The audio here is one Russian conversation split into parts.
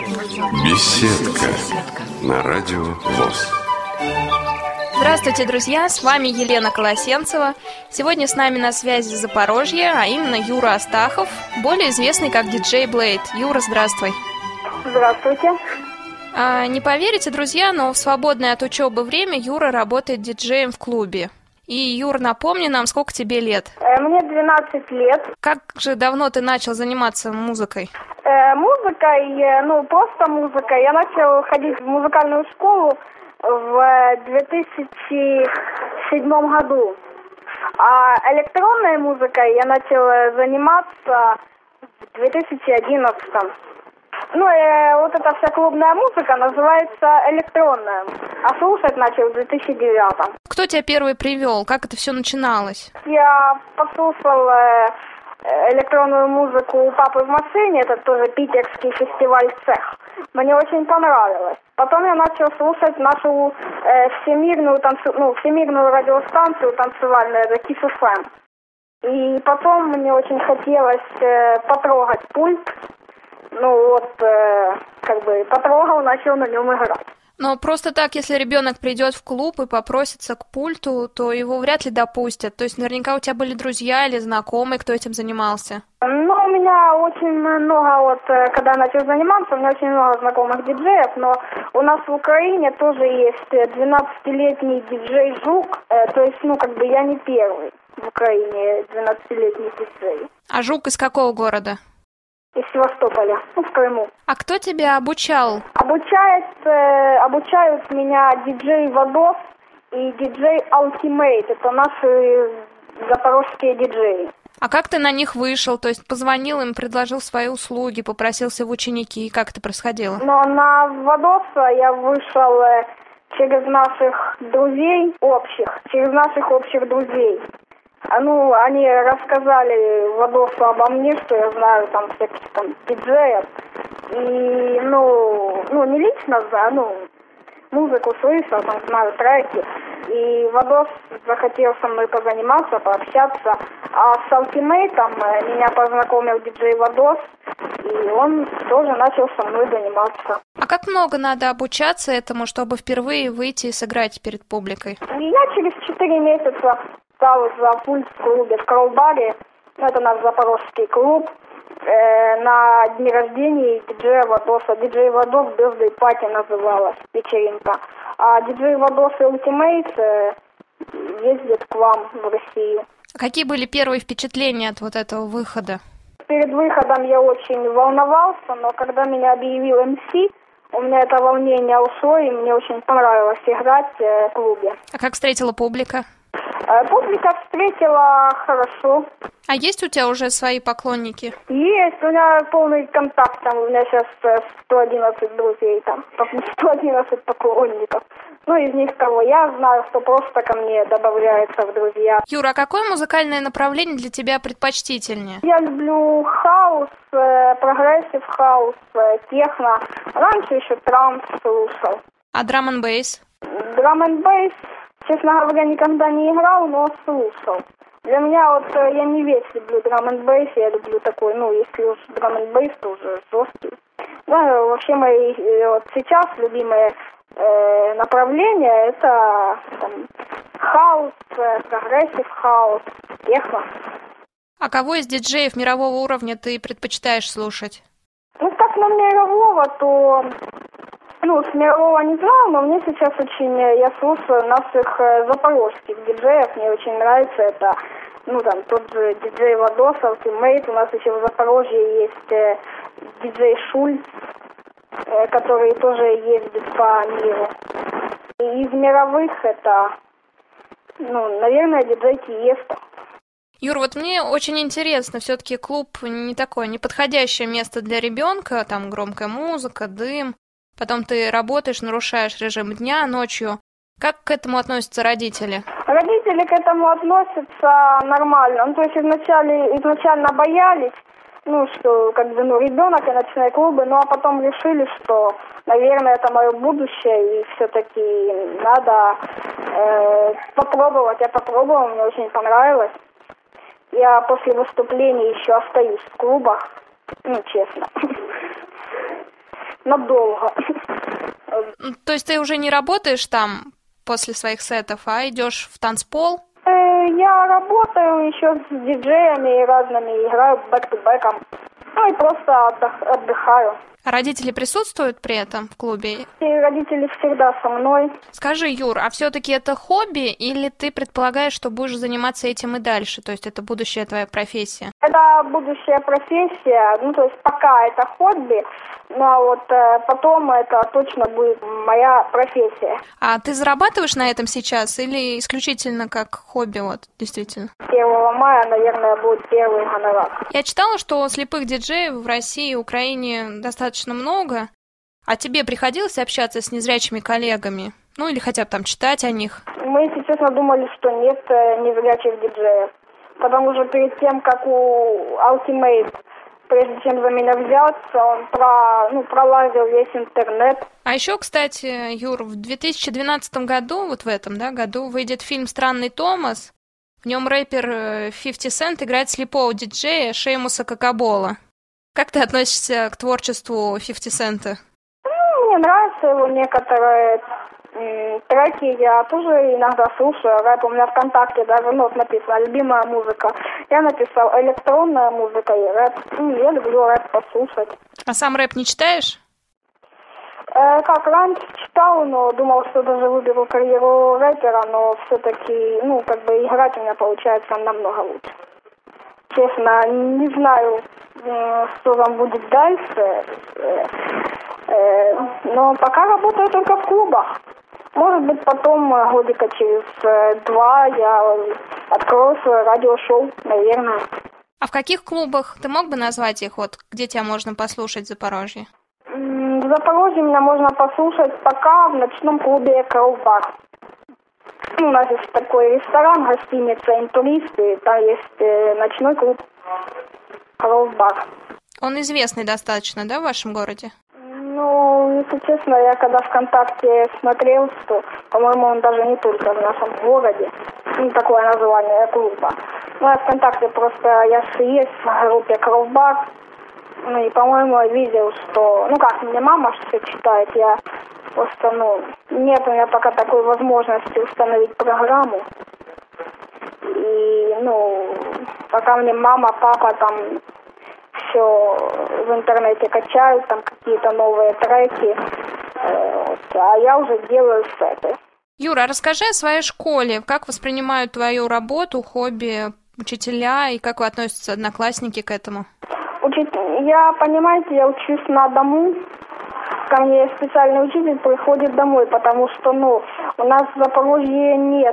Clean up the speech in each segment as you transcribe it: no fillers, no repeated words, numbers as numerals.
Беседка на радио ВОС. Здравствуйте, друзья! С вами Елена Колосенцева. Сегодня с нами на связи из Запорожья, а именно Юра Астахов, более известный как диджей Блейд. Юра, здравствуй! Здравствуйте! Не поверите, друзья, но в свободное от учебы время Юра работает диджеем в клубе. И, Юр, напомни нам, сколько тебе лет? Мне 12 лет. Как же давно ты начал заниматься музыкой? Музыкой, просто музыкой. Я начал ходить в музыкальную школу в 2007 году. А электронной музыкой я начал заниматься в 2011. Вот эта вся клубная музыка называется электронная. А слушать начал в 2009. Кто тебя первый привел? Как это все начиналось? Я послушал электронную музыку у папы в машине. Это тоже питерский фестиваль «Цех». Мне очень понравилось. Потом я начал слушать нашу всемирную радиостанцию танцевальную, это Kiss FM. И потом мне очень хотелось потрогать пульт. Потрогал, начал на нем играть. Но просто так, если ребенок придет в клуб и попросится к пульту, то его вряд ли допустят. То есть наверняка у тебя были друзья или знакомые, кто этим занимался? У меня очень много, когда я начал заниматься, у меня очень много знакомых диджеев, но у нас в Украине тоже есть 12-летний диджей Жук, то есть, я не первый в Украине 12-летний диджей. А Жук из какого города? Из Севастополя, в Крыму. А кто тебя обучал? Обучают меня диджей Вадос и диджей Ultimate. Это наши запорожские диджеи. А как ты на них вышел? То есть позвонил им, предложил свои услуги, попросился в ученики? Как это происходило? Но на Вадоса я вышел через наших общих друзей. Они рассказали Вадосу обо мне, что я знаю всяких диджеев. И, не лично, музыку слышал, знаю треки. И Вадос захотел со мной позаниматься, пообщаться. А с Алтимейтом меня познакомил диджей Вадос, и он тоже начал со мной заниматься. А как много надо обучаться этому, чтобы впервые выйти и сыграть перед публикой? Я через 4 месяца стал за пульт в клубе в Кролбаре. Это наш запорожский клуб. На дне рождения диджея Вадоса. Диджей Вадос Birthday Party называлась вечеринка. А диджей Вадос и Ultimate ездят к вам в Россию. А какие были первые впечатления от этого выхода? Перед выходом я очень волновался, но когда меня объявил МС, у меня это волнение ушло, и мне очень понравилось играть в клубе. А как встретила публика? Публика встретила хорошо. А есть у тебя уже свои поклонники? Есть, у меня полный контакт, у меня сейчас 111 друзей, 111 поклонников. Из них кого я знаю, кто просто ко мне добавляется в друзья. Юра, а какое музыкальное направление для тебя предпочтительнее? Я люблю хаус, прогрессив хаус, техно. Раньше еще транс слушал. А драм-н-бейс? Драм-н-бейс, честно говоря, никогда не играл, но слушал. Для меня я не весь люблю драм-н-бейс, я люблю такой, если уж драм-н-бейс, то уже жесткий. Вообще мои сейчас любимые направления это хаус, прогрессив хаус, техно. А кого из диджеев мирового уровня ты предпочитаешь слушать? Так на мирового, то с мирового не знаю, но мне сейчас я слушаю наших запорожских диджеев, мне очень нравится это, тот же диджей Вадос, Ultimate, у нас еще в Запорожье есть диджей Шульц, который тоже ездит по миру. И из мировых это, наверное, диджей Тиесто. Юр, мне очень интересно, все-таки клуб не такое неподходящее место для ребенка, там громкая музыка, дым. Потом ты работаешь, нарушаешь режим дня, ночью. Как к этому относятся родители? Родители к этому относятся нормально. То есть изначально боялись, что ребенок и ночные клубы, а потом решили, что, наверное, это мое будущее, и все-таки надо попробовать. Я попробовала, мне очень понравилось. Я после выступления еще остаюсь в клубах, честно. надолго. То есть ты уже не работаешь там после своих сетов, а идешь в танцпол? Я работаю еще с диджеями и разными, играю бэк-то-бэком. Ну и просто отдыхаю. А родители присутствуют при этом в клубе? И родители всегда со мной. Скажи, Юр, а все-таки это хобби или ты предполагаешь, что будешь заниматься этим и дальше? То есть это будущая твоя профессия? Это будущая профессия, ну то есть пока это хобби, но вот потом это точно будет моя профессия. А ты зарабатываешь на этом сейчас или исключительно как хобби, вот, действительно? 1 мая, наверное, будет первый гонорар. Я читала, что слепых диджеев в России и Украине достаточно много. А тебе приходилось общаться с незрячими коллегами? Ну, или хотя бы там читать о них? Мы, если честно, думали, что нет незрячих диджеев. Потому что перед тем, как у Ultimate, прежде чем за меня взяться, он пролазил весь интернет. А еще, кстати, Юр, в 2012 году, вот в этом, да, году, выйдет фильм «Странный Томас». В нем рэпер 50 Cent играет слепого диджея Шеймуса Кокабола. Как ты относишься к творчеству 50 Cent? Мне нравятся его некоторые треки, я тоже иногда слушаю рэп. У меня ВКонтакте даже нот написано «Любимая музыка». Я написал «Электронная музыка» и рэп. Я люблю рэп послушать. А сам рэп не читаешь? Как раньше читал, но думал, что даже выберу карьеру рэпера, но все-таки, играть у меня получается намного лучше. Честно, не знаю, что там будет дальше, но пока работаю только в клубах. Может быть, потом, годика через 2, я открою свое радиошоу, наверное. А в каких клубах? Ты мог бы назвать их, вот, где тебя можно послушать в Запорожье? В Запорожье меня можно послушать пока в ночном клубе «Кровбар». У нас есть такой ресторан, гостиница «Интуристы», там есть ночной клуб «Кровбар». Он известный достаточно, да, в вашем городе? Ну, если честно, я когда ВКонтакте смотрел, что, по-моему, он даже не только в нашем городе. Такое название клуба. Ну, я ВКонтакте просто, я же есть в группе «Кровбар». Ну, и, по-моему, я видел, что... мне мама все читает, я просто, нет у меня пока такой возможности установить программу. И, пока мне мама, папа там все в интернете качают, там какие-то новые треки, а я уже делаю сеты. Юра, расскажи о своей школе. Как воспринимают твою работу, хобби, учителя, и как вы относитесь одноклассники к этому? Я учусь на дому. Ко мне специальный учитель приходит домой, потому что, у нас в Запорожье нет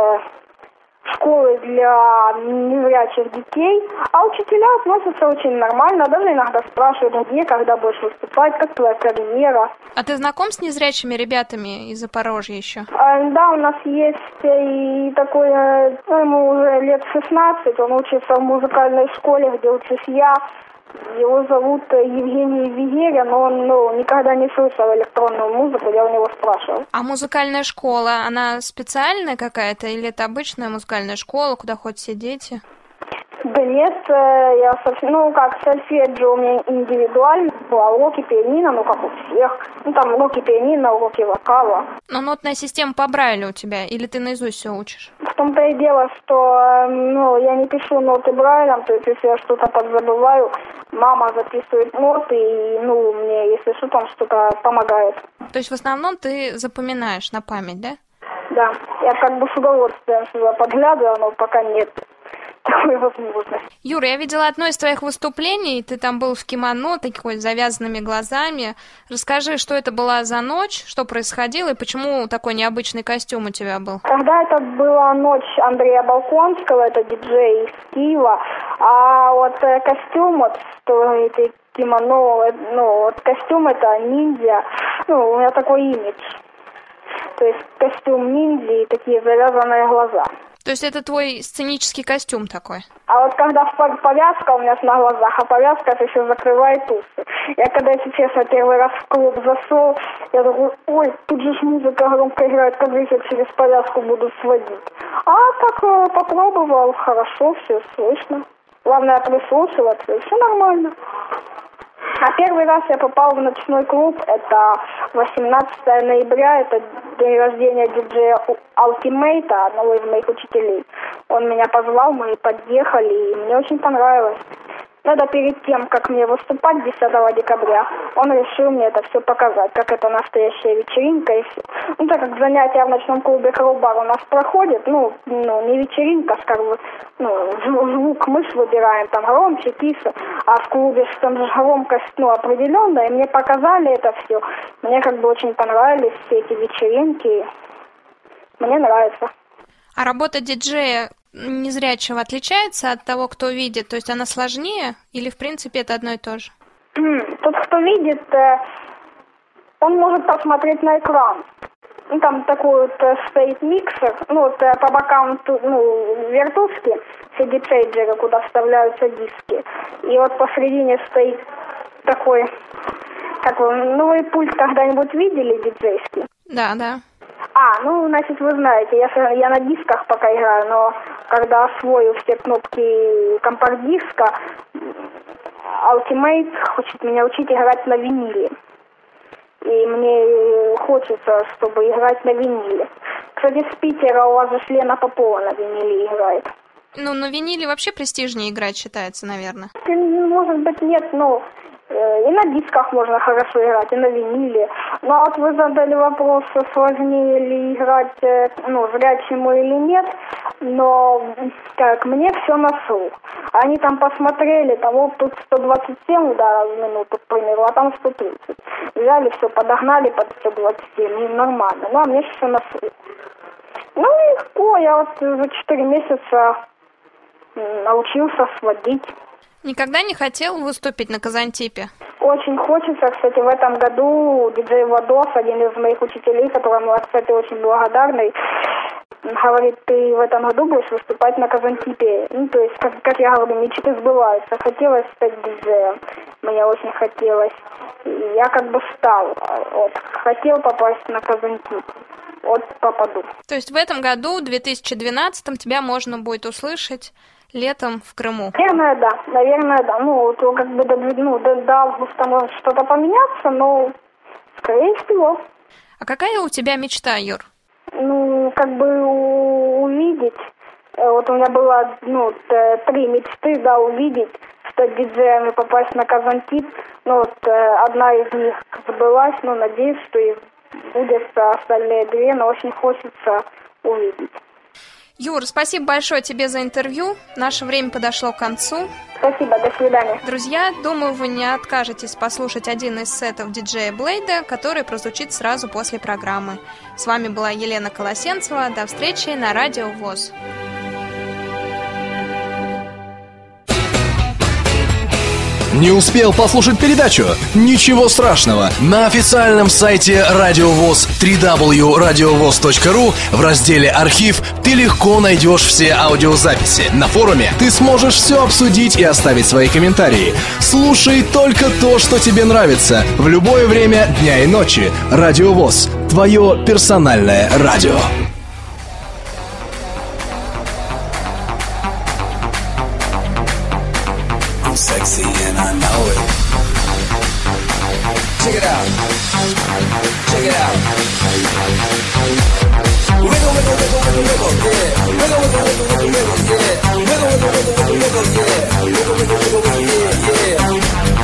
школы для незрячих детей, а учителя относятся очень нормально, даже иногда спрашивают, где, когда будешь выступать, как твоя карьера. А ты знаком с незрячими ребятами из Запорожья еще? Да, у нас есть и такой, ему уже лет 16, он учится в музыкальной школе, где учусь я. Его зовут Евгений Вигеря, но он никогда не слышал электронную музыку, я у него спрашивал. А музыкальная школа, она специальная какая-то или это обычная музыкальная школа, куда ходят все дети? Да нет, я совсем, сольфеджио у меня индивидуально, а уроки пианино, как у всех. Там уроки пианино, уроки вокала. Но нотная система по Брайлю у тебя, или ты наизусть все учишь? В том-то и дело, что, я не пишу ноты Брайлем, то есть если я что-то подзабываю, мама записывает ноты, и, мне, если что, там что-то помогает. То есть в основном ты запоминаешь на память, да? Да, я с удовольствием сюда подглядываю, но пока нет такой возможности. Юра, я видела одно из твоих выступлений, ты там был в кимоно, такой с завязанными глазами. Расскажи, что это была за ночь, что происходило и почему такой необычный костюм у тебя был? Тогда это была ночь Андрея Балконского, это диджей из Киева, а вот костюм, этой кимоно, костюм это ниндзя, у меня такой имидж. То есть костюм ниндзя и такие завязанные глаза. То есть это твой сценический костюм такой? А вот когда повязка у меня на глазах, а повязка это еще закрывает усы. Я когда, если честно, первый раз в клуб зашел, я такой, ой, тут же музыка громко играет, как я через повязку буду сводить. А так попробовал, хорошо, все слышно. Главное прислушиваться, и все нормально. А первый раз я попал в ночной клуб, это 18 ноября, это день рождения диджея Ultimate, одного из моих учителей. Он меня позвал, мы подъехали, и мне очень понравилось. Надо перед тем, как мне выступать 10 декабря, он решил мне это все показать, как это настоящая вечеринка и все. Ну, так как занятия в ночном клубе Кролл-бар у нас проходят, не вечеринка, скажем, звук мы выбираем, там громче, тише, а в клубе там же громкость, определенная, и мне показали это все. Мне очень понравились все эти вечеринки, мне нравится. А работа диджея незрячего отличается от того, кто видит? То есть она сложнее или, в принципе, это одно и то же? Тот, кто видит, он может посмотреть на экран. Там такой стоит миксер, по бокам вертушки, CD-чейджеры, куда вставляются диски. И посередине стоит такой, вы пульт когда-нибудь видели диджейский? Да, да. Значит, вы знаете, я на дисках пока играю, но когда освою все кнопки компакт-диска, Ultimate хочет меня учить играть на виниле. И мне хочется, чтобы играть на виниле. Кстати, с Питера у вас же Лена Попова на виниле играет. На виниле вообще престижнее играть считается, наверное. Может быть, нет, и на дисках можно хорошо играть, и на виниле. Вы задали вопрос, сложнее ли играть, зрячему или нет, но мне все на слух. Они там посмотрели, тут 127 ударов в минуту, к примеру, а там 130. Взяли все, подогнали под 127, и нормально. А мне все на слух. Легко, я за 4 месяца научился сводить. Никогда не хотел выступить на Казантипе? Очень хочется. Кстати, в этом году диджей Владос, один из моих учителей, которому я, кстати, очень благодарный, говорит, ты в этом году будешь выступать на Казантипе. То есть, как я говорю, мечты сбываются. Хотелось стать диджеем. Мне очень хотелось. И я стал. Хотел попасть на Казантип. Попаду. То есть в этом году, в 2012-м, тебя можно будет услышать летом в Крыму? Наверное, да. До августа может что-то поменяться, но скорее всего. А какая у тебя мечта, Юр? Увидеть. У меня было, 3 мечты, увидеть, стать диджеем и попасть на Казантип. Одна из них сбылась, надеюсь, что их будет остальные 2, но очень хочется увидеть. Юр, спасибо большое тебе за интервью. Наше время подошло к концу. Спасибо, до свидания. Друзья, думаю, вы не откажетесь послушать один из сетов диджея Блейда, который прозвучит сразу после программы. С вами была Елена Колосенцева. До встречи на Радио ВОС. Не успел послушать передачу? Ничего страшного. На официальном сайте Радио ВОС www.radiovoz.ru в разделе «Архив» ты легко найдешь все аудиозаписи. На форуме ты сможешь все обсудить и оставить свои комментарии. Слушай только то, что тебе нравится, в любое время дня и ночи. Радио ВОС. Твое персональное радио. Sexy and I know it. Check it out. Check it out. Wiggle, wiggle, wiggle, wiggle, wiggle, yeah. Wiggle, wiggle, wiggle, wiggle, wiggle, yeah. Wiggle, wiggle, wiggle, wiggle, wiggle, yeah. Wiggle, wiggle, wiggle, wiggle, yeah, yeah.